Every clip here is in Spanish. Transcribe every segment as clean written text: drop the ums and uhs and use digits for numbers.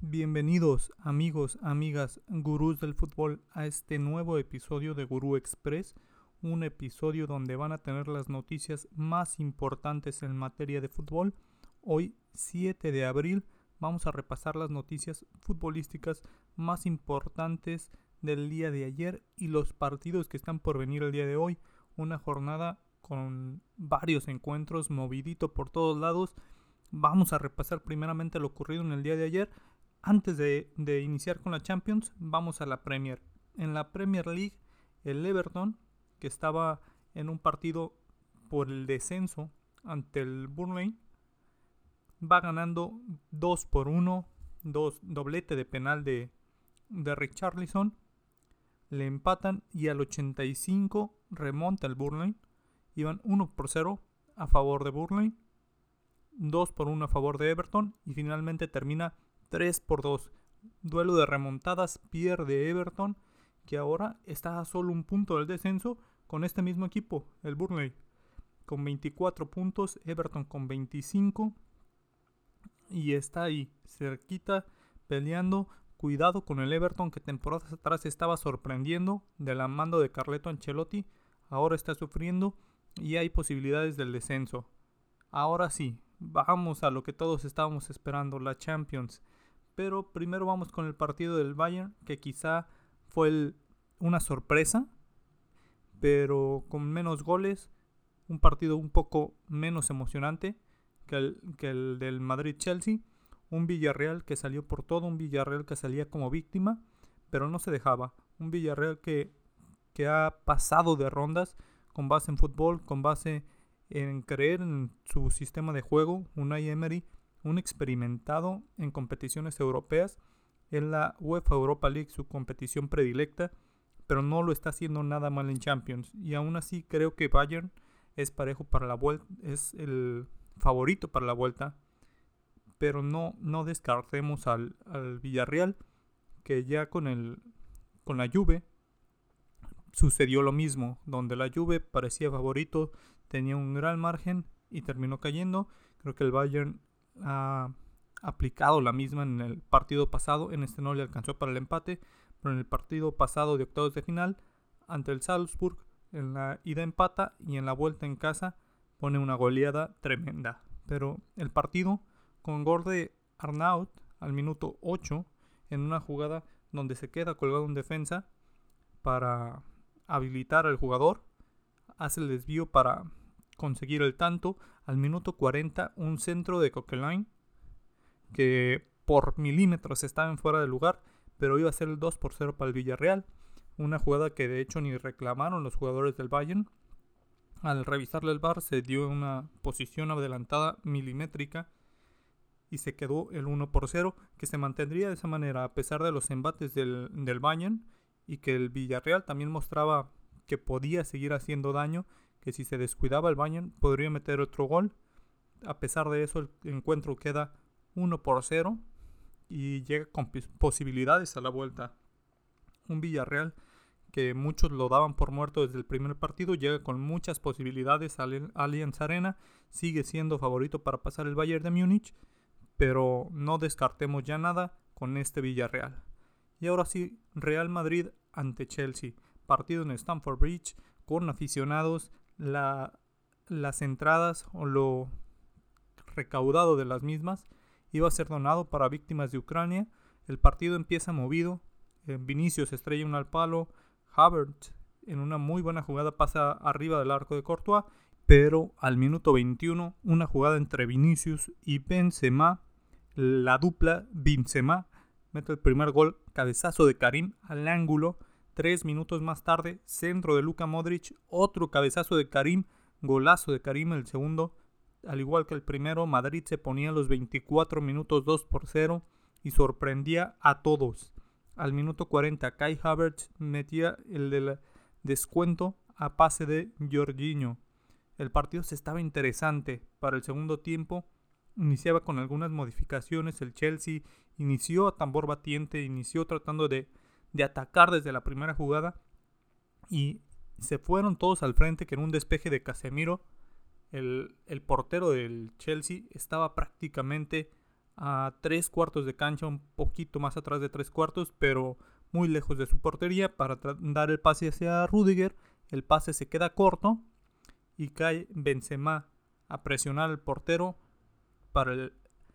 Bienvenidos amigos, amigas, gurús del fútbol a este nuevo episodio de Gurú Express, un episodio donde van a tener las noticias más importantes en materia de fútbol. Hoy 7 de abril vamos a repasar las noticias futbolísticas más importantes del día de ayer y los partidos que están por venir el día de hoy. Una jornada con varios encuentros, movidito por todos lados. Vamos a repasar primeramente lo ocurrido en el día de ayer. Antes de iniciar con la Champions, vamos a la Premier. En la Premier League, el Everton, que estaba en un partido por el descenso ante el Burnley, va ganando 2-1, doblete de penal de Richarlison. Le empatan y al 85 remonta el Burnley. Iban 1-0 a favor de Burnley, 2-1 a favor de Everton y finalmente termina 3-2. Duelo de remontadas, pierde Everton, que ahora está a solo un punto del descenso con este mismo equipo, el Burnley, con 24 puntos, Everton con 25, y está ahí, cerquita, peleando. Cuidado con el Everton, que temporadas atrás estaba sorprendiendo de la mano de Carleto Ancelotti, ahora está sufriendo y hay posibilidades del descenso. Ahora sí, vamos a lo que todos estábamos esperando, la Champions. Pero primero vamos con el partido del Bayern, que quizá fue una sorpresa, pero con menos goles, un partido un poco menos emocionante que el del Madrid-Chelsea. Un Villarreal que salió por todo, un Villarreal que salía como víctima, pero no se dejaba. Un Villarreal que ha pasado de rondas con base en fútbol, con base en creer en su sistema de juego. Unai Emery, un experimentado en competiciones europeas, en la UEFA Europa League, su competición predilecta, pero no lo está haciendo nada mal en Champions. Y aún así creo que Bayern es parejo para la vuelta, es el favorito para la vuelta, pero no descartemos al Villarreal, que ya con la Juve sucedió lo mismo, donde la Juve parecía favorito, tenía un gran margen y terminó cayendo. Creo que el Bayern ha aplicado la misma en el partido pasado. En este no le alcanzó para el empate, pero en el partido pasado de octavos de final ante el Salzburg, en la ida empata y en la vuelta en casa pone una goleada tremenda. Pero el partido con gol de Arnaut al minuto 8 en una jugada donde se queda colgado en defensa para habilitar al jugador, hace el desvío para conseguir el tanto. Al minuto 40 un centro de Coquelin que por milímetros estaba en fuera de lugar, pero iba a ser el 2-0 para el Villarreal. Una jugada que de hecho ni reclamaron los jugadores del Bayern. Al revisarle el VAR se dio una posición adelantada milimétrica y se quedó el 1-0, que se mantendría de esa manera a pesar de los embates del Bayern, y que el Villarreal también mostraba que podía seguir haciendo daño, que si se descuidaba el Bayern podría meter otro gol. A pesar de eso el encuentro queda 1-0 y llega con posibilidades a la vuelta. Un Villarreal que muchos lo daban por muerto desde el primer partido, llega con muchas posibilidades al Allianz Arena, sigue siendo favorito para pasar el Bayern de Múnich, pero no descartemos ya nada con este Villarreal. Y ahora sí, Real Madrid ante Chelsea, partido en Stamford Bridge con aficionados. Las entradas o lo recaudado de las mismas iba a ser donado para víctimas de Ucrania. El partido empieza movido, Vinicius estrella un al palo, Havertz en una muy buena jugada pasa arriba del arco de Courtois, pero al minuto 21 una jugada entre Vinicius y Benzema, la dupla Benzema mete el primer gol, cabezazo de Karim al ángulo. 3 minutos más tarde, centro de Luka Modric, otro cabezazo de Karim, golazo de Karim el segundo. Al igual que el primero, Madrid se ponía a los 24 minutos 2-0 y sorprendía a todos. Al minuto 40, Kai Havertz metía el del descuento a pase de Jorginho. El partido se estaba interesante. Para el segundo tiempo iniciaba con algunas modificaciones. El Chelsea inició a tambor batiente, inició tratando de atacar desde la primera jugada y se fueron todos al frente, que en un despeje de Casemiro el portero del Chelsea estaba prácticamente a 3/4 de cancha, un poquito más atrás de 3/4, pero muy lejos de su portería para dar el pase hacia Rüdiger. El pase se queda corto y cae Benzema a presionar al portero para el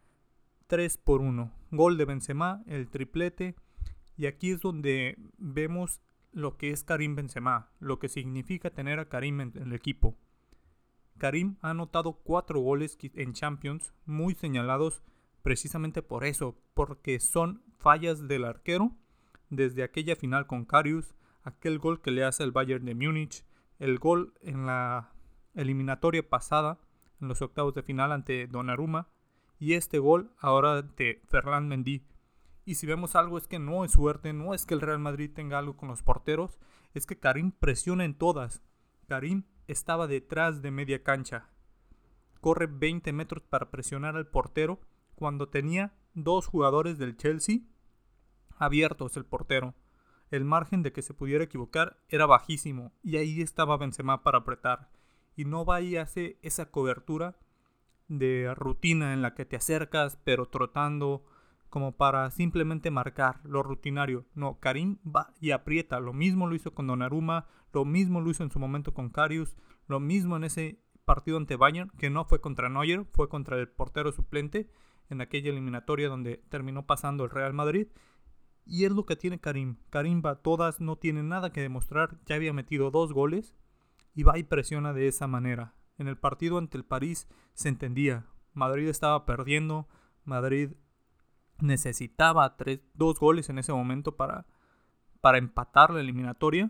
3-1. Gol de Benzema, el triplete. Y aquí es donde vemos lo que es Karim Benzema, lo que significa tener a Karim en el equipo. Karim ha anotado 4 goles en Champions, muy señalados precisamente por eso, porque son fallas del arquero, desde aquella final con Karius, aquel gol que le hace el Bayern de Múnich, el gol en la eliminatoria pasada, en los octavos de final ante Donnarumma, y este gol ahora de Ferland Mendy. Y si vemos algo es que no es suerte, no es que el Real Madrid tenga algo con los porteros, es que Karim presiona en todas. Karim estaba detrás de media cancha. Corre 20 metros para presionar al portero cuando tenía 2 jugadores del Chelsea abiertos el portero. El margen de que se pudiera equivocar era bajísimo y ahí estaba Benzema para apretar. Y no va y hace esa cobertura de rutina en la que te acercas pero trotando como para simplemente marcar lo rutinario. No, Karim va y aprieta. Lo mismo lo hizo con Donnarumma, lo mismo lo hizo en su momento con Karius, lo mismo en ese partido ante Bayern, que no fue contra Neuer, fue contra el portero suplente en aquella eliminatoria donde terminó pasando el Real Madrid. Y es lo que tiene Karim. Karim va a todas, no tiene nada que demostrar, ya había metido 2 goles y va y presiona de esa manera. En el partido ante el París se entendía, Madrid estaba perdiendo, Madrid necesitaba 2 goles en ese momento para empatar la eliminatoria.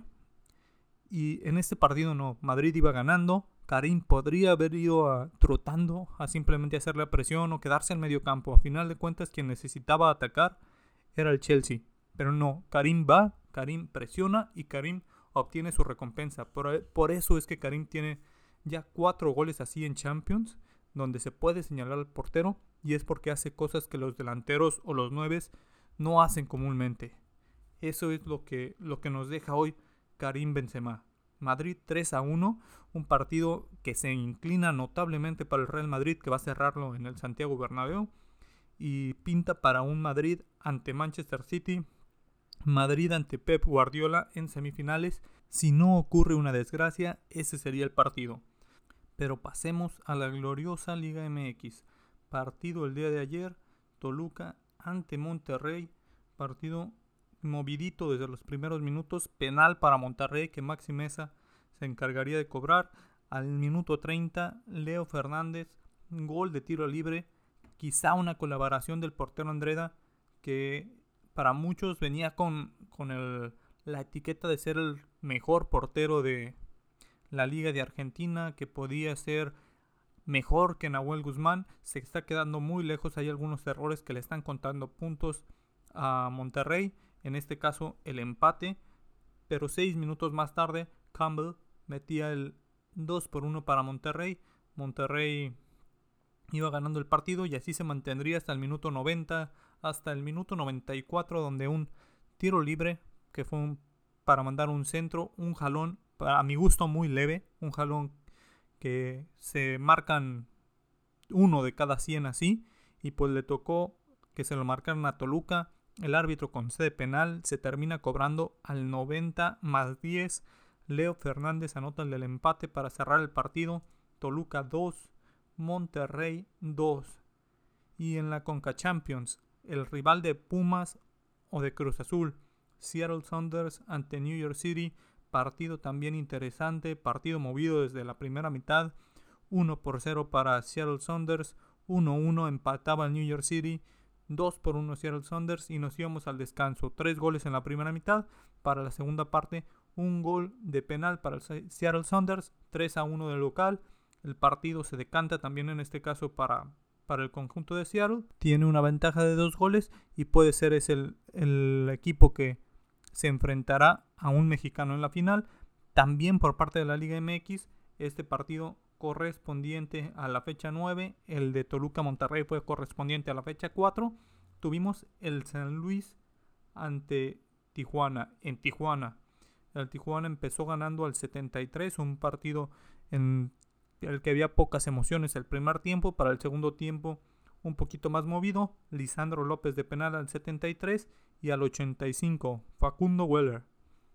Y en este partido no, Madrid iba ganando. Karim podría haber ido trotando a simplemente hacer la presión o quedarse en medio campo. A final de cuentas quien necesitaba atacar era el Chelsea. Pero no, Karim va, Karim presiona y Karim obtiene su recompensa. Por eso es que Karim tiene ya 4 goles así en Champions, donde se puede señalar al portero, y es porque hace cosas que los delanteros o los 9 no hacen comúnmente. Eso es lo que nos deja hoy Karim Benzema. Madrid 3-1, un partido que se inclina notablemente para el Real Madrid, que va a cerrarlo en el Santiago Bernabéu, y pinta para un Madrid ante Manchester City, Madrid ante Pep Guardiola en semifinales. Si no ocurre una desgracia, ese sería el partido. Pero pasemos a la gloriosa Liga MX. Partido el día de ayer, Toluca ante Monterrey, partido movidito desde los primeros minutos, penal para Monterrey que Maxi Meza se encargaría de cobrar. Al minuto 30, Leo Fernández, gol de tiro libre, quizá una colaboración del portero Andreda, que para muchos venía con la etiqueta de ser el mejor portero de la Liga de Argentina, que podía ser mejor que Nahuel Guzmán. Se está quedando muy lejos, hay algunos errores que le están contando puntos a Monterrey, en este caso el empate, pero 6 minutos más tarde Campbell metía el 2-1 para Monterrey. Monterrey iba ganando el partido y así se mantendría hasta el minuto 90, hasta el minuto 94, donde un tiro libre que fue para mandar un centro, un jalón, a mi gusto muy leve, un jalón que se marcan 1 de cada 100 así, y pues le tocó que se lo marcaran a Toluca. El árbitro concede penal, se termina cobrando al 90 más 10. Leo Fernández anota el del empate para cerrar el partido. Toluca 2, Monterrey 2. Y en la Conca Champions, el rival de Pumas o de Cruz Azul, Seattle Sounders ante New York City, partido también interesante, partido movido desde la primera mitad, 1-0 para Seattle Sounders, 1-1 empataba el New York City, 2-1 Seattle Sounders y nos íbamos al descanso. 3 goles en la primera mitad, para la segunda parte un gol de penal para el Seattle Sounders, 3-1 del local. El partido se decanta también en este caso para el conjunto de Seattle. Tiene una ventaja de 2 goles y puede ser el equipo que se enfrentará a un mexicano en la final. También por parte de la Liga MX, este partido correspondiente a la fecha 9, el de Toluca Monterrey fue correspondiente a la fecha 4. Tuvimos el San Luis ante Tijuana, en Tijuana. El Tijuana empezó ganando al 73, un partido en el que había pocas emociones el primer tiempo. Para el segundo tiempo un poquito más movido, Lisandro López de penal al 73 y al 85, Facundo Weller.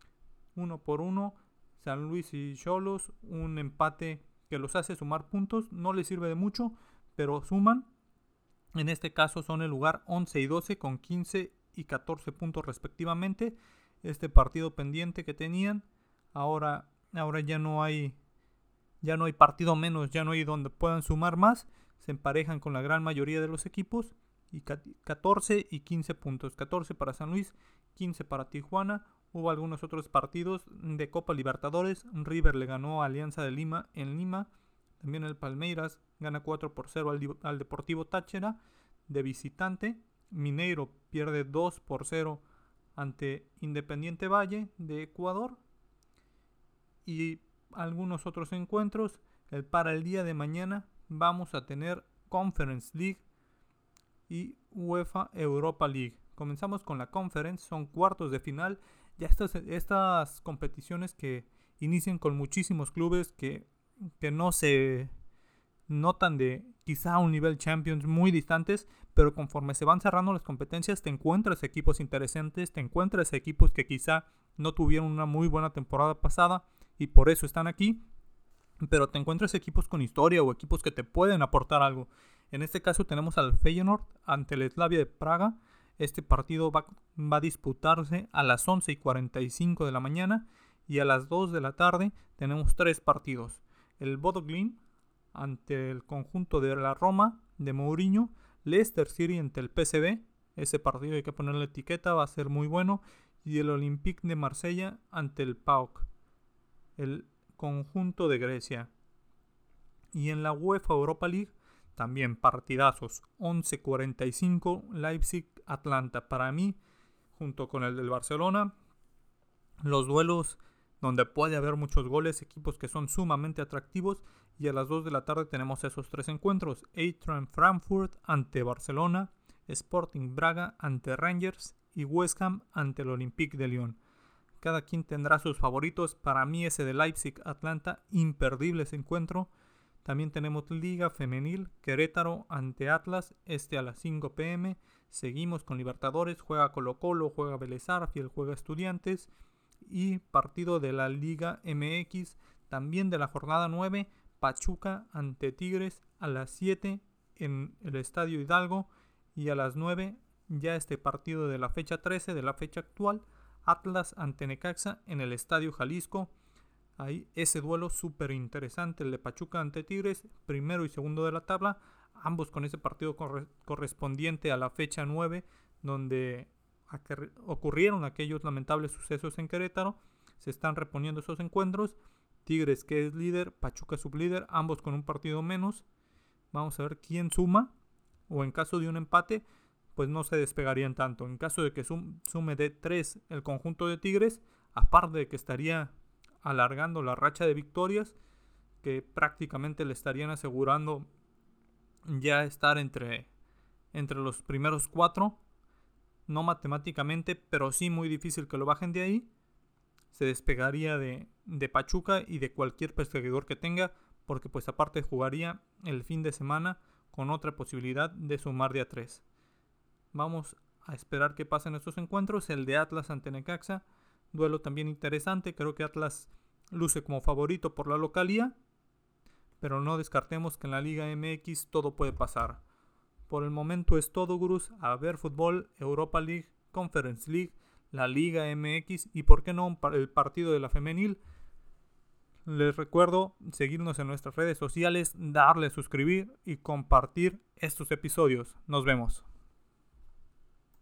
1-1, San Luis y Xolos, un empate que los hace sumar puntos, no les sirve de mucho, pero suman. En este caso son el lugar 11 y 12 con 15 y 14 puntos respectivamente. Este partido pendiente que tenían, ahora ya no hay partido menos, ya no hay donde puedan sumar más. Se emparejan con la gran mayoría de los equipos y 14 y 15 puntos. 14 para San Luis, 15 para Tijuana. Hubo algunos otros partidos de Copa Libertadores. River le ganó a Alianza de Lima en Lima. También el Palmeiras gana 4-0 al Deportivo Táchira de visitante. Mineiro pierde 2-0 ante Independiente Valle de Ecuador. Y algunos otros encuentros. Para el día de mañana vamos a tener Conference League y UEFA Europa League. Comenzamos con la Conference, son cuartos de final. Ya estas competiciones que inician con muchísimos clubes que no se notan de quizá un nivel Champions muy distantes, pero conforme se van cerrando las competencias te encuentras equipos interesantes, te encuentras equipos que quizá no tuvieron una muy buena temporada pasada y por eso están aquí, pero te encuentras equipos con historia o equipos que te pueden aportar algo. En este caso tenemos al Feyenoord ante el Slavia de Praga. Este partido va a disputarse a las 11:45 de la mañana y a las 2 de la tarde tenemos 3 partidos. El Bodo Glimt ante el conjunto de la Roma de Mourinho, Leicester City ante el PSV, ese partido hay que ponerle etiqueta, va a ser muy bueno, y el Olympique de Marsella ante el PAOK, el conjunto de Grecia. Y en la UEFA Europa League también partidazos, 11:45 Leipzig-Atlanta. Para mí, junto con el del Barcelona, los duelos donde puede haber muchos goles, equipos que son sumamente atractivos. Y a las 2 de la tarde tenemos esos 3 encuentros. Eintracht Frankfurt ante Barcelona, Sporting Braga ante Rangers y West Ham ante el Olympique de Lyon. Cada quien tendrá sus favoritos. Para mí ese de Leipzig-Atlanta, imperdible ese encuentro. También tenemos Liga Femenil, Querétaro ante Atlas, a las 5 p.m. Seguimos con Libertadores, juega Colo-Colo, juega Vélez Sarsfield, juega Estudiantes. Y partido de la Liga MX, también de la jornada 9, Pachuca ante Tigres a las 7 en el Estadio Hidalgo. Y a las 9 ya este partido de la fecha 13, de la fecha actual, Atlas ante Necaxa en el Estadio Jalisco. Ahí ese duelo súper interesante, el de Pachuca ante Tigres, primero y segundo de la tabla, ambos con ese partido correspondiente a la fecha 9, donde ocurrieron aquellos lamentables sucesos en Querétaro. Se están reponiendo esos encuentros. Tigres, que es líder, Pachuca sublíder, ambos con un partido menos. Vamos a ver quién suma, o en caso de un empate, pues no se despegarían tanto. En caso de que sume de 3 el conjunto de Tigres, aparte de que estaría alargando la racha de victorias, que prácticamente le estarían asegurando ya estar entre los primeros 4, no matemáticamente, pero sí muy difícil que lo bajen de ahí. Se despegaría de Pachuca y de cualquier perseguidor que tenga, porque pues aparte jugaría el fin de semana con otra posibilidad de sumar de a 3. Vamos a esperar que pasen estos encuentros. El de Atlas ante Necaxa, duelo también interesante. Creo que Atlas luce como favorito por la localía, pero no descartemos que en la Liga MX todo puede pasar. Por el momento es todo, gurús. A ver fútbol, Europa League, Conference League, la Liga MX y por qué no el partido de la femenil. Les recuerdo seguirnos en nuestras redes sociales, darle a suscribir y compartir estos episodios. Nos vemos.